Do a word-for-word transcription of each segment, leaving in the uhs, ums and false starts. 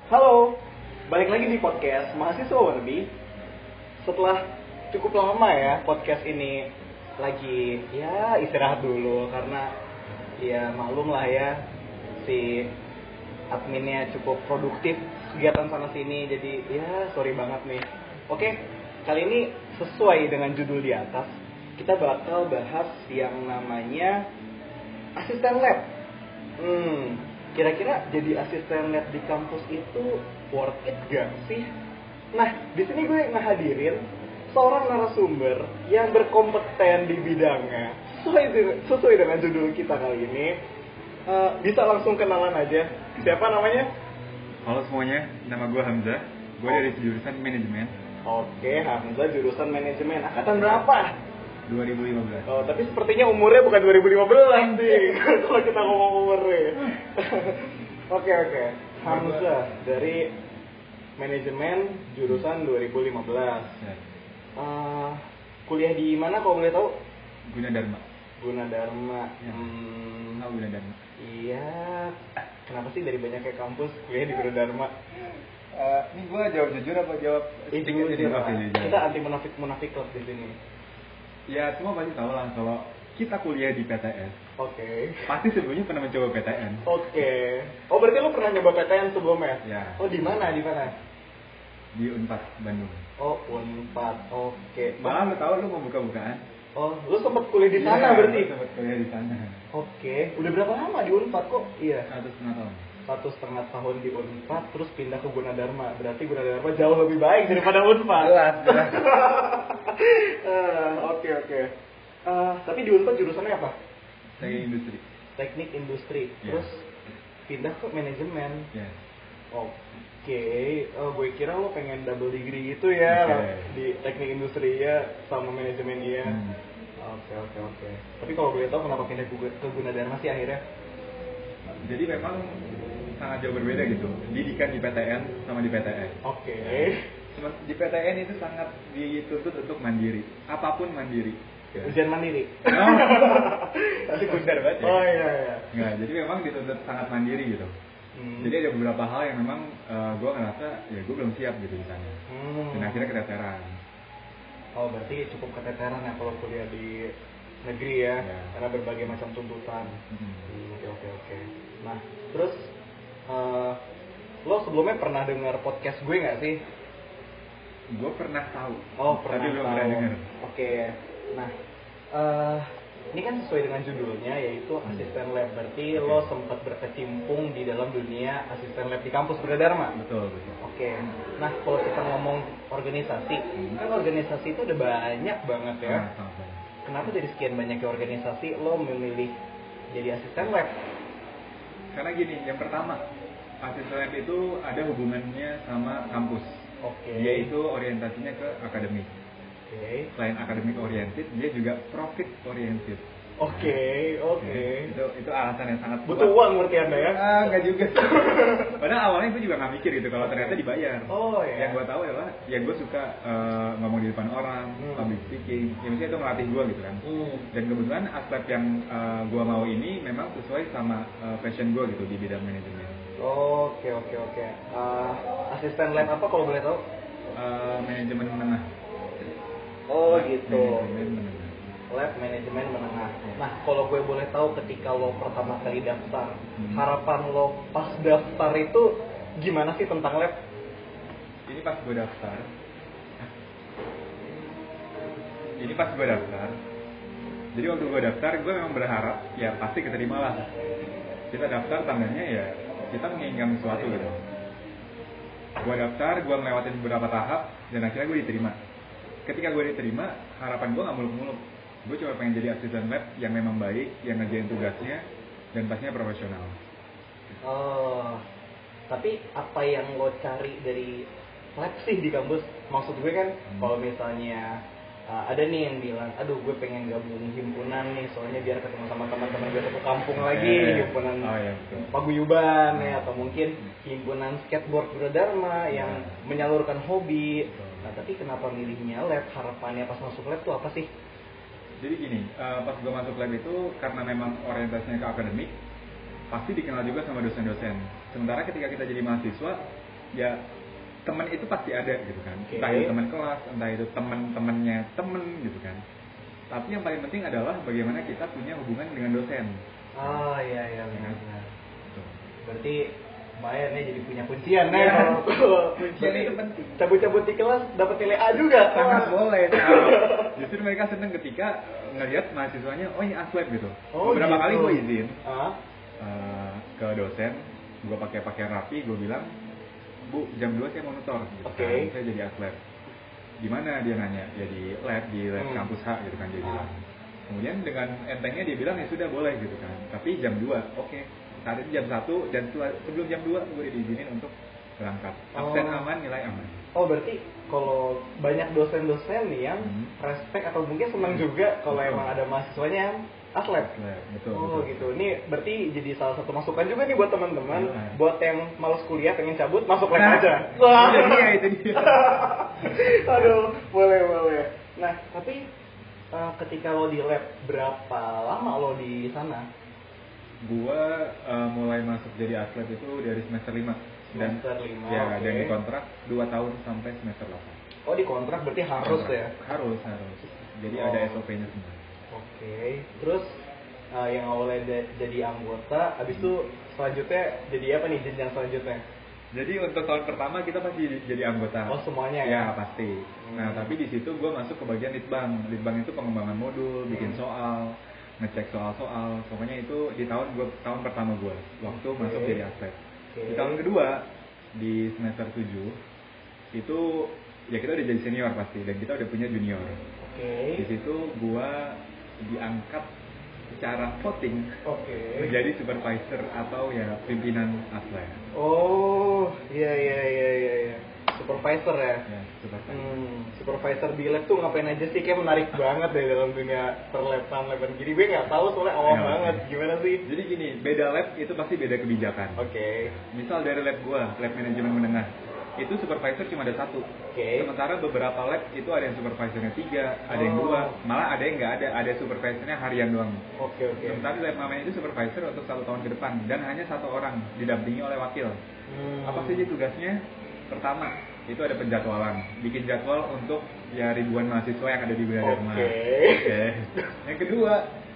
Halo, balik lagi di podcast Mahasiswa Warbi. Setelah cukup lama ya podcast ini lagi ya istirahat dulu karena ya maklum lah ya si adminnya cukup produktif kegiatan sana sini, jadi ya sorry banget nih. Oke, kali ini sesuai dengan judul di atas kita bakal bahas yang namanya asisten lab. Hmm. Kira-kira jadi asisten lab di kampus itu worth it gak sih? Nah, di sini gue ngehadirin seorang narasumber yang berkompeten di bidangnya. Sesuai dengan, sesuai dengan judul kita kali ini. Uh, bisa langsung kenalan aja. Siapa namanya? Halo semuanya, nama gue Hamzah. Gue dari jurusan manajemen. Oke, Hamzah jurusan manajemen. Angkatan berapa? dua ribu lima belas. Oh, tapi sepertinya umurnya bukan dua ribu lima belas nih. Kalau kita ngomong umurnya. Oke, oke. Hamzah dari manajemen jurusan dua ribu lima belas. Ya. Uh, kuliah di mana kalau boleh tahu? Gunadarma. Gunadarma. Ya. Hmm, Oh, Gunadarma. iya. Kenapa sih dari banyak kayak kampus kuliah di Gunadarma? Uh, ini gue jawab jujur apa jawab? Eh, jujur, jujur. Oke, jujur. Kita anti munafik munafik kelas di sini. Ya, semua pasti tahu lah kalau kita kuliah di P T S. Oke. Okay. Pasti sebelumnya pernah mencoba P T N. Oke. Okay. Oh, berarti lu pernah nyoba P T N sebelumnya? Ya. Oh, di mana? Di mana? Di Unpad Bandung. Oh, Unpad. Oke. Okay. Malah lu tahu lu mau buka-bukaan. Oh, lu sempat kuliah di sana ya, berarti? Iya, sempat kuliah di sana. Oke. Okay. Udah berapa lama di Unpad kok? Iya. Satu setengah tahun. Satu setengah tahun di Unpad, terus pindah ke Gunadarma. Berarti Gunadarma jauh lebih baik daripada Unpad. Jelas, jelas. Oke, oke. Tapi di Unpad jurusannya apa? Teknik industri. Teknik industri. Yeah. Terus pindah ke manajemen. Yes. Oke, okay. oh, gue kira lo pengen double degree gitu ya, okay. Di teknik industri ya sama manajemen ya. Hmm. Oke oke oke. Tapi kalau boleh tahu kenapa pindah ke Gunadarma sih akhirnya? Jadi memang sangat jauh berbeda gitu. Didikan di P T N sama di P T S. Oke. Okay. Di P T N itu sangat dituntut untuk mandiri, apapun mandiri. Ujian mandiri. Oh. Tapi bundar banget ya. Oh iya iya. Nggak, jadi memang dituntut sangat mandiri gitu. Hmm. Jadi ada beberapa hal yang memang uh, gue ngerasa ya gue belum siap gitu di sana. Hmm. Dan akhirnya keteteran. Oh berarti cukup keteteran ya kalau kuliah di negeri ya, ya. Karena berbagai macam tuntutan. Hmm. Oke oke oke. Nah terus uh, lo sebelumnya pernah dengar podcast gue nggak sih? Gue pernah tahu. Oh pernah tapi tahu. belum pernah dengar. Oke. Nah uh, ini kan sesuai dengan judulnya yaitu asisten lab. Berarti okay. Lo sempat berkecimpung di dalam dunia asisten lab di kampus Gunadarma. Betul, betul. Oke. Okay. Nah, kalau kita ngomong organisasi, hmm. kan organisasi itu ada banyak banget ya. Nah, kenapa dari sekian banyaknya organisasi lo memilih jadi asisten lab? Karena gini, yang pertama, asisten lab itu ada hubungannya sama kampus. Oke. Okay. Dia itu orientasinya ke akademik. Oke. Okay. Selain akademik oriented, dia juga profit oriented. Oke, okay, oke. Okay. Itu itu alasan yang sangat butuh uang berarti Anda ya? Ah, enggak juga. Padahal awalnya gue juga nggak mikir gitu kalau ternyata dibayar. Oh ya. Yang gue tahu adalah, ya gue suka uh, ngomong di depan orang, hmm. public speaking. Ya maksudnya itu melatih gue gitu kan. Hmm. Dan kebetulan aspek yang uh, gue mau ini memang sesuai sama uh, passion gue gitu di bidang manajemen. Oke, oke, oke. Asisten lab apa kalau boleh tahu? Uh, manajemen menengah. Oh gitu. Manajemen menengah. Lab manajemen menengah. Nah, kalau gue boleh tahu ketika lo pertama kali daftar, hmm. harapan lo pas daftar itu gimana sih tentang lab? Ini pas gue daftar. Ini pas gue daftar. Jadi waktu gue daftar, gue memang berharap ya pasti keterima lah. Kita daftar tandanya ya kita menginginkan sesuatu gitu. Gue daftar, gue melewati beberapa tahap dan akhirnya gue diterima. Ketika gue diterima, harapan gue nggak muluk-muluk. Gue cuma pengen jadi asisten lab yang memang baik, yang ngerjain tugasnya dan pastinya profesional. Oh, tapi apa yang lo cari dari lab sih di kampus? Maksud gue kan, hmm. kalau misalnya uh, ada nih yang bilang, aduh gue pengen gabung himpunan nih, soalnya biar ketemu sama teman-teman gue satu kampung lagi, eh, himpunan oh, iya, paguyuban hmm. ya, atau mungkin himpunan skateboard Gunadarma yang hmm. menyalurkan hobi. Hmm. Nah, tapi kenapa milihnya lab? Harapannya pas masuk lab tuh apa sih? Jadi gini, uh, pas gue masuk lab itu karena memang orientasinya ke akademik, pasti dikenal juga sama dosen-dosen. Sementara ketika kita jadi mahasiswa, ya teman itu pasti ada gitu kan. Okay. Entah itu teman kelas, entah itu teman-temannya temen gitu kan. Tapi yang paling penting adalah bagaimana kita punya hubungan dengan dosen. Oh iya iya benar. Ya. Berarti lumayan ya jadi punya kuncian ya. Ya. Kuncian itu penting. Cabut-cabut di kelas dapat nilai A juga. Sangat boleh. Nah, justru mereka senang ketika ngelihat mahasiswanya, oh ini aslep gitu. Oh, beberapa gitu. kali gue izin ah? uh, ke dosen, gue pakai pakaian rapi, gue bilang, Bu jam dua saya mau nutor, gitu Oke. Okay. kan, saya jadi aslep. Gimana dia nanya? Ya di lab, di lab hmm. kampus H gitu kan dia ah. bilang. Kemudian dengan entengnya dia bilang ya sudah boleh gitu kan. Tapi jam dua, oke. Okay. Saat itu jam satu dan sebelum jam dua gue diizinin untuk berangkat. Absen oh. aman, nilai aman. Oh berarti kalau banyak dosen-dosen nih yang hmm. respect atau mungkin senang juga kalau emang ada mahasiswanya yang atlet. Atlet, betul. Oh betul. gitu. Ini berarti jadi salah satu masukan juga nih buat teman-teman, ya. buat yang malas kuliah pengen cabut masuk lab nah, aja. Wah, itu dia, itu dia. Aduh, boleh boleh. Nah tapi uh, ketika lo di lab berapa lama lo di sana? Gua uh, mulai masuk jadi atlet itu dari semester lima dan semester lima, ya okay. dan dikontrak dua tahun sampai semester delapan. Oh dikontrak berarti harus kontrak. ya? Harus harus. Jadi oh. ada S O P-nya semua. Oke. Okay. Terus uh, yang awalnya de- jadi anggota, abis itu selanjutnya jadi apa nih jenjang selanjutnya? Jadi untuk tahun pertama kita pasti jadi anggota. Oh semuanya ya? Ya pasti. Hmm. Nah tapi di situ gue masuk ke bagian litbang. Litbang itu pengembangan modul, bikin hmm. soal, ngecek soal-soal. Pokoknya itu di tahun gua tahun pertama gue waktu okay. masuk jadi atlet. Okay. Di tahun kedua di semester tujuh itu ya kita udah jadi senior pasti dan kita udah punya junior. Oke. Okay. Di situ gue diangkat secara voting okay. menjadi supervisor atau ya pimpinan atlet. Oh, iya iya iya iya iya. Supervisor ya. Ya, supervisor. Hmm, supervisor di lab tuh ngapain aja sih? Kayak menarik banget deh dalam dunia perlab-an laban gini. Gue nggak tahu soalnya awam ya, banget. Okay. Gimana sih? Jadi gini, beda lab itu pasti beda kebijakan. Oke. Okay. Misal dari lab gua, lab manajemen menengah, itu supervisor cuma ada satu. Oke. Okay. Sementara beberapa lab itu ada yang supervisornya tiga, ada oh. yang dua, malah ada yang nggak ada, ada supervisornya harian doang. Oke okay, oke. Okay. Sementara lab namanya itu supervisor untuk satu tahun ke depan dan hanya satu orang didampingi oleh wakil. Hmm. Apa saja tugasnya? Pertama, itu ada penjadwalan, bikin jadwal untuk ya ribuan mahasiswa yang ada di Gunadarma. Oke. Okay. Okay. Yang kedua,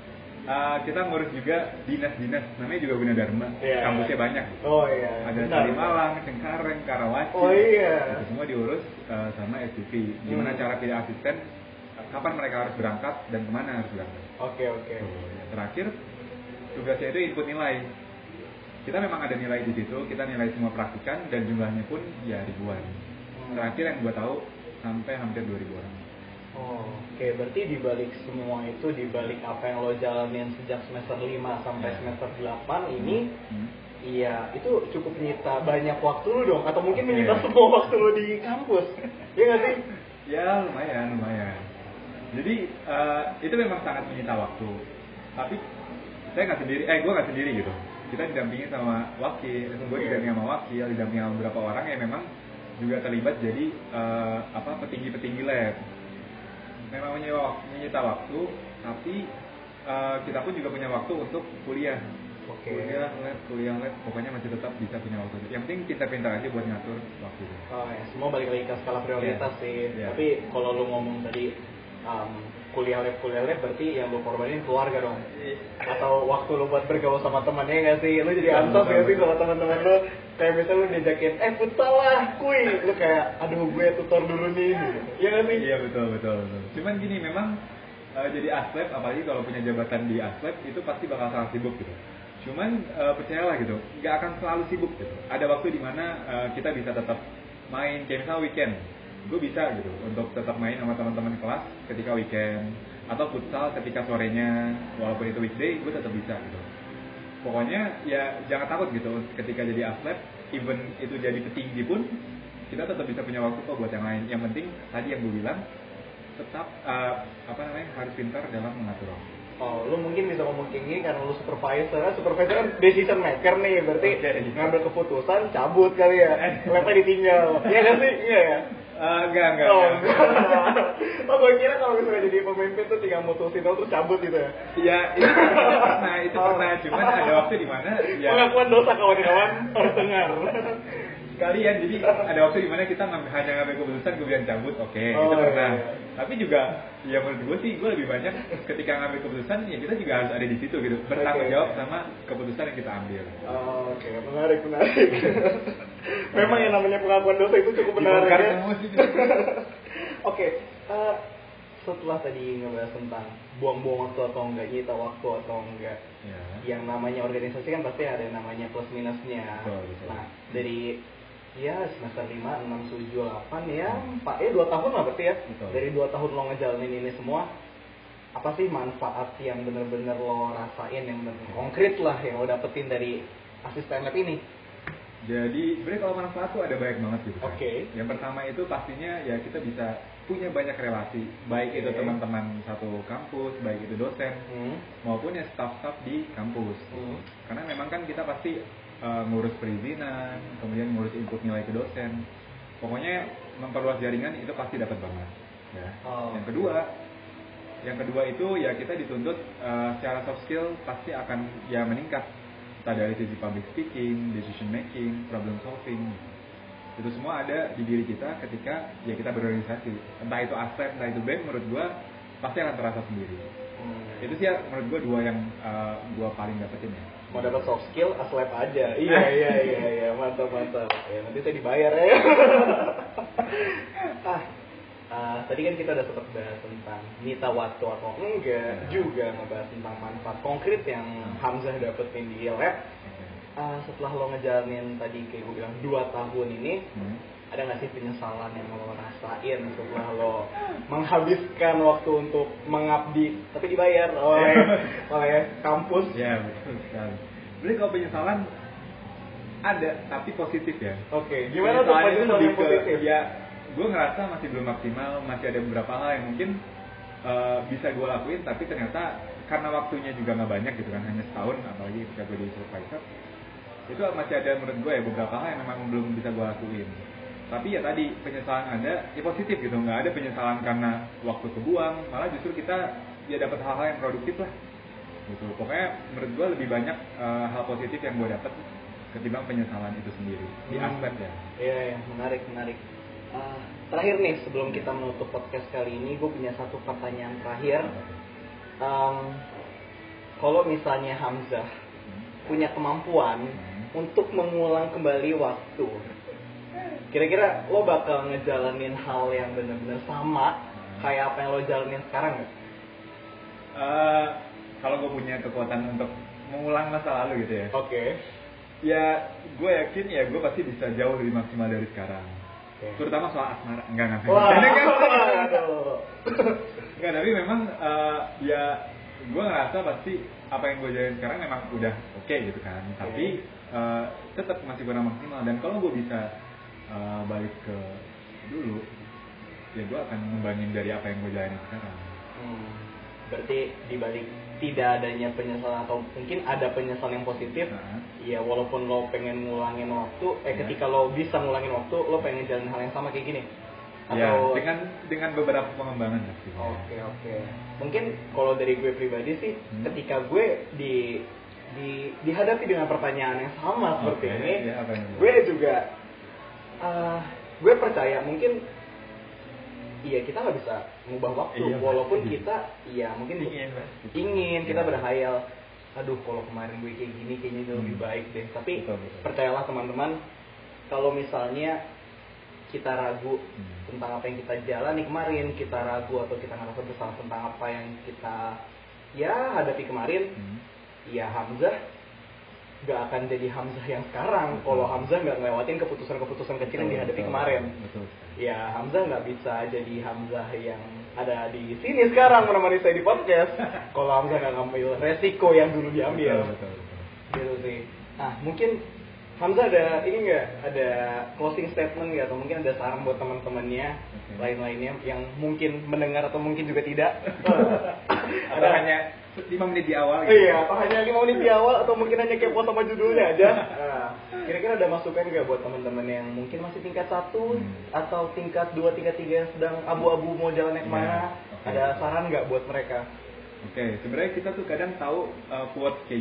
uh, kita ngurus juga dinas-dinas, namanya juga Gunadarma. Yeah. Kampusnya banyak. Oh iya. Ada Kalimalang, Cengkareng, Karawaci. Oh iya. Itu semua diurus uh, sama S D P. Gimana hmm. cara pilih asisten, kapan mereka harus berangkat dan kemana harus berangkat. Oke okay, oke. Okay. So, ya, terakhir tugasnya itu input nilai. Kita memang ada nilai di situ, kita nilai semua praktikan dan jumlahnya pun ya ribuan. Hmm. Terakhir yang gue tahu sampai hampir dua ribu orang. Oh, oke. Okay. Berarti dibalik semua itu, dibalik apa yang lo jalanin sejak semester lima sampai yeah. semester delapan ini, hmm. iya itu cukup menyita banyak waktu lo dong, atau mungkin okay. menyita semua waktu lo di kampus, ya nggak sih? Ya lumayan, lumayan. Jadi uh, itu memang sangat menyita waktu. Tapi saya nggak sendiri, eh gue nggak sendiri gitu. Kita didampingi sama wakil, gue okay. didampingi sama wakil, didampingi sama beberapa orang yang memang juga terlibat jadi uh, apa petinggi-petinggi lab. Memang menyita waktu, tapi uh, kita pun juga punya waktu untuk kuliah. Okay. Kuliah lab, kuliah lab, pokoknya masih tetap bisa punya waktu. Yang penting pintar-pintar aja buat ngatur waktu. Oh ya, semua balik lagi ke skala prioritas yeah. sih. Yeah. Tapi kalau lu ngomong tadi um, kuliah lab kuliah lab berarti yang lu korbanin keluarga dong atau waktu lu buat bergaul sama temannya nggak sih, lu jadi ansos nggak sih sama teman-teman lu, kayak misalnya lu diajakin eh futsal lah kui, lu kayak aduh gue tutor dulu nih gitu. Iya nggak sih? Iya betul betul betul. Cuman gini memang uh, jadi aslep apalagi kalau punya jabatan di aslep itu pasti bakal sangat sibuk gitu. Cuman uh, percayalah gitu nggak akan selalu sibuk gitu. Ada waktu di mana uh, kita bisa tetap main, kayak misalnya weekend gue bisa gitu untuk tetap main sama teman-teman kelas ketika weekend atau futsal ketika sorenya walaupun itu weekday gue tetap bisa gitu. Pokoknya ya jangan takut gitu ketika jadi atlet, even itu jadi petinggi pun kita tetap bisa punya waktu kok buat yang lain. Yang penting tadi yang gue bilang tetap uh, apa namanya harus pintar dalam mengatur waktu. Oh, lu mungkin bisa ngomong kayak gini karena lu supervisor, supervisor kan decision maker nih, berarti okay. ngambil keputusan cabut kali ya, labnya ditinggal, iya kan sih? Iya ya? Uh, enggak, enggak, oh, enggak. Oh, gue kira kalau misalnya jadi pemimpin tuh tinggal mutusin terus cabut gitu ya? Iya, itu, itu pernah, itu oh. pernah, cuman ada waktu di mana ya... Pengakuan dosa kawan-kawan harus dengar. sekalian. Jadi ada waktu dimana kita ngambil, hanya ngambil keputusan gue bilang cabut, oke, okay, oh, itu pernah. iya. Tapi juga ya menurut gue sih gue lebih banyak ketika ngambil keputusan ya kita juga harus ada di situ gitu, bertanggung okay. jawab sama keputusan yang kita ambil. Oh, oke, okay. menarik menarik. Memang yang namanya pengakuan dosa itu cukup menarik ya. Oke, uh, setelah tadi ngebahas tentang buang-buang waktu atau enggak, nyita waktu atau enggak, ya. Yang namanya organisasi kan pasti ada namanya plus minusnya. Betul, betul. Nah, dari ya semester lima, enam, tujuh, delapan ya, empat, eh dua tahun lah berarti ya. Betul. Dari dua tahun lo ngejalanin ini semua, apa sih manfaat yang benar-benar lo rasain, yang benar konkret lah yang lo dapetin dari asisten lab ini? Jadi sebenarnya kalau manfaat tuh ada banyak banget gitu kan. Oke. Okay. Yang pertama itu pastinya ya kita bisa punya banyak relasi, baik okay. itu teman-teman satu kampus, baik itu dosen, hmm. maupun ya staff-staff di kampus. Hmm. Karena memang kan kita pasti uh, ngurus perizinan, kemudian ngurus input nilai ke dosen. Pokoknya memperluas jaringan itu pasti dapat banget. Ya. Oh. Yang kedua, yang kedua itu ya kita dituntut uh, secara soft skill pasti akan ya meningkat. Entah dari sisi public speaking, decision making, problem solving, itu semua ada di diri kita ketika ya kita berorganisasi. Entah itu aspek, entah itu band, menurut gua pasti akan terasa sendiri. Hmm. Itu sih ya, menurut gua dua yang uh, gua paling dapetin ya. Mau dapat soft skill, aslab aja. Iya iya iya iya, mantap mantap. Ya, nanti saya dibayar ya. ah. Uh, tadi kan kita udah sempat bahas tentang nyita waktu atau enggak, ya. Juga ngebahas tentang manfaat konkret yang Hamzah dapetin di lab. Uh, setelah lo ngejalanin tadi kayak gue bilang dua tahun ini, hmm. ada nggak sih penyesalan yang lo rasain setelah lo menghabiskan waktu untuk mengabdi tapi dibayar oleh oleh kampus? Ya betul sekali. Jadi kalau penyesalan ada, tapi positif ya. Oke, okay. Gimana tuh penyesalan yang positif? Ya, gue ngerasa masih belum maksimal, masih ada beberapa hal yang mungkin uh, bisa gue lakuin, tapi ternyata karena waktunya juga nggak banyak gitu kan, hanya setahun, apalagi ketika gue jadi supervisor, itu masih ada menurut gue ya beberapa hal yang memang belum bisa gue lakuin. Tapi ya tadi penyesalan ada, ya positif gitu, nggak ada penyesalan karena waktu kebuang, malah justru kita ya dapat hal-hal yang produktif lah. Gitu. Pokoknya menurut gue lebih banyak uh, hal positif yang gue dapat ketimbang penyesalan itu sendiri di hmm. aspek ya. Iya, ya, menarik menarik. Uh, terakhir nih sebelum kita menutup podcast kali ini, gue punya satu pertanyaan terakhir. Um, kalau misalnya Hamzah hmm. punya kemampuan hmm. untuk mengulang kembali waktu, kira-kira lo bakal ngejalanin hal yang benar-benar sama hmm. kayak apa yang lo jalanin sekarang nggak? Uh, kalau gue punya kekuatan untuk mengulang masa lalu gitu ya. Oke. Okay. Ya, gue yakin ya gue pasti bisa jauh lebih maksimal dari sekarang. Okay. Terutama soal asmara, enggak enggak. Wah, enggak, tapi memang uh, ya gue ngerasa pasti apa yang gue jalanin sekarang memang udah oke okay, gitu kan. Okay. Tapi uh, tetap masih kurang maksimal, dan kalau gue bisa uh, balik ke dulu, ya gue akan ngembangin dari apa yang gue jalanin sekarang. Hmm. Berarti dibalik tidak adanya penyesalan atau mungkin ada penyesalan yang positif, nah. Ya walaupun lo pengen ngulangin waktu, eh ya. Ketika lo bisa ngulangin waktu, lo pengen jalan hal yang sama kayak gini. Atau... Ya, dengan dengan beberapa pengembangan pasti. Oke okay, oke. Okay. Mungkin kalau dari gue pribadi sih, hmm. ketika gue di di dihadapi dengan pertanyaan yang sama seperti okay, ini, ya, gue juga uh, gue percaya mungkin iya kita nggak bisa mengubah waktu, iya, walaupun iya. kita iya mungkin ingin, ingin kita berhayal, aduh kalau kemarin gue kayak gini kayaknya itu hmm. lebih baik deh. Tapi betul, betul. Percayalah teman-teman, kalau misalnya kita ragu hmm. tentang apa yang kita jalani kemarin, kita ragu atau kita ngerasa bersalah tentang apa yang kita ya hadapi kemarin, hmm. ya Hamzah gak akan jadi Hamzah yang sekarang kalau Hamzah gak ngelewatin keputusan-keputusan kecil yang dihadapi betul, kemarin. Betul. Ya Hamzah gak bisa jadi Hamzah yang ada di sini sekarang menemani saya di podcast kalau Hamzah gak ngambil resiko yang dulu diambil. Betul, betul, betul. Gitu sih. Nah mungkin Hamzah ada ini nggak ada closing statement nggak, atau mungkin ada saran buat teman-temannya okay. lain-lainnya yang mungkin mendengar atau mungkin juga tidak? Atau hanya lima menit di awal gitu. Iya, apa hanya lima menit di awal atau mungkin hanya kepo sama judulnya aja. Nah, kira-kira ada masukan nggak buat teman-teman yang mungkin masih tingkat satu hmm. atau tingkat dua, tingkat tiga yang sedang abu-abu mau jalannya kemana? Yeah, okay. Ada saran nggak buat mereka? Oke, okay, sebenarnya kita tuh kadang tahu uh, quotes kayak gini.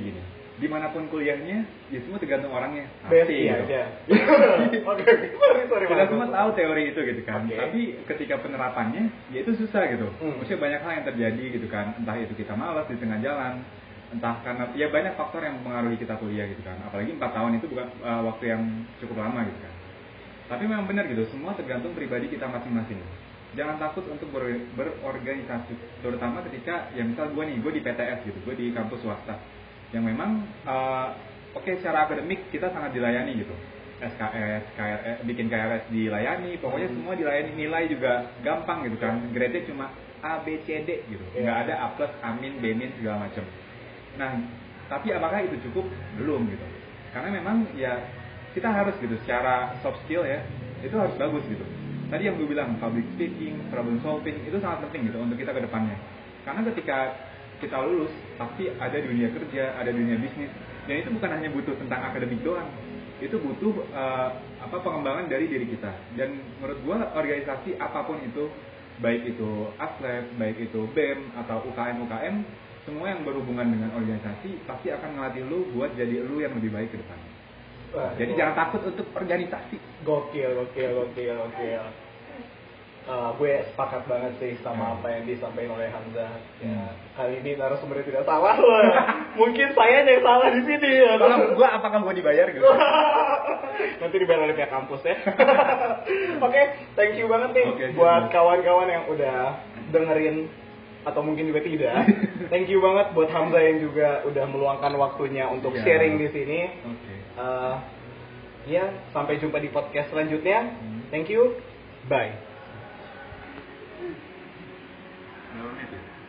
dimanapun kuliahnya, ya semua tergantung orangnya. Besti gitu. aja. Oke, sorry sorry. Kita semua tahu teori itu gitu kan. Okay. Tapi ketika penerapannya, ya itu susah gitu. Hmm. Maksudnya banyak hal yang terjadi gitu kan. Entah itu kita malas di tengah jalan, entah karena ya banyak faktor yang mempengaruhi kita kuliah gitu kan. Apalagi empat tahun itu bukan uh, waktu yang cukup lama gitu kan. Tapi memang benar gitu, semua tergantung pribadi kita masing-masing. Jangan takut untuk ber, berorganisasi, terutama ketika ya misal gue nih, gue di P T S gitu, gue di kampus swasta, yang memang uh, oke okay, secara akademik kita sangat dilayani gitu, S K S, K R S, bikin K R S dilayani, pokoknya hmm. semua dilayani, nilai juga gampang gitu kan, grade-nya cuma A, B, C, D gitu, yeah. nggak ada A plus, A min, B min segala macam. Nah, tapi apakah itu cukup? Belum gitu, karena memang ya kita harus gitu, secara soft skill ya, itu harus bagus gitu. Tadi yang gue bilang, public speaking, problem solving, itu sangat penting gitu untuk kita ke depannya. Karena ketika kita lulus, pasti ada dunia kerja, ada dunia bisnis, dan itu bukan hanya butuh tentang akademik doang. Itu butuh uh, apa pengembangan dari diri kita. Dan menurut gue, organisasi apapun itu, baik itu Aslab, baik itu B E M, atau U K M U K M, semua yang berhubungan dengan organisasi, pasti akan ngelatih lu buat jadi lu yang lebih baik ke depannya. Wah, jadi jangan takut untuk organisasi. Gokil, gokil, gokil, gokil. Uh, gue sepakat banget sih sama apa yang disampaikan oleh Hamzah. Ya, kali ini narasumbernya tidak salah loh. Mungkin saya yang salah di sini. Ya. Kalau gue apakah gue dibayar gitu? Nanti dibayar oleh pihak kampus ya. Oke, okay, thank you banget nih okay, buat kawan-kawan yang udah dengerin atau mungkin juga tidak. Thank you banget buat Hamzah yang juga udah meluangkan waktunya untuk yeah. sharing di sini. Okay. Uh, ya, sampai jumpa di podcast selanjutnya. Thank you. Bye. No,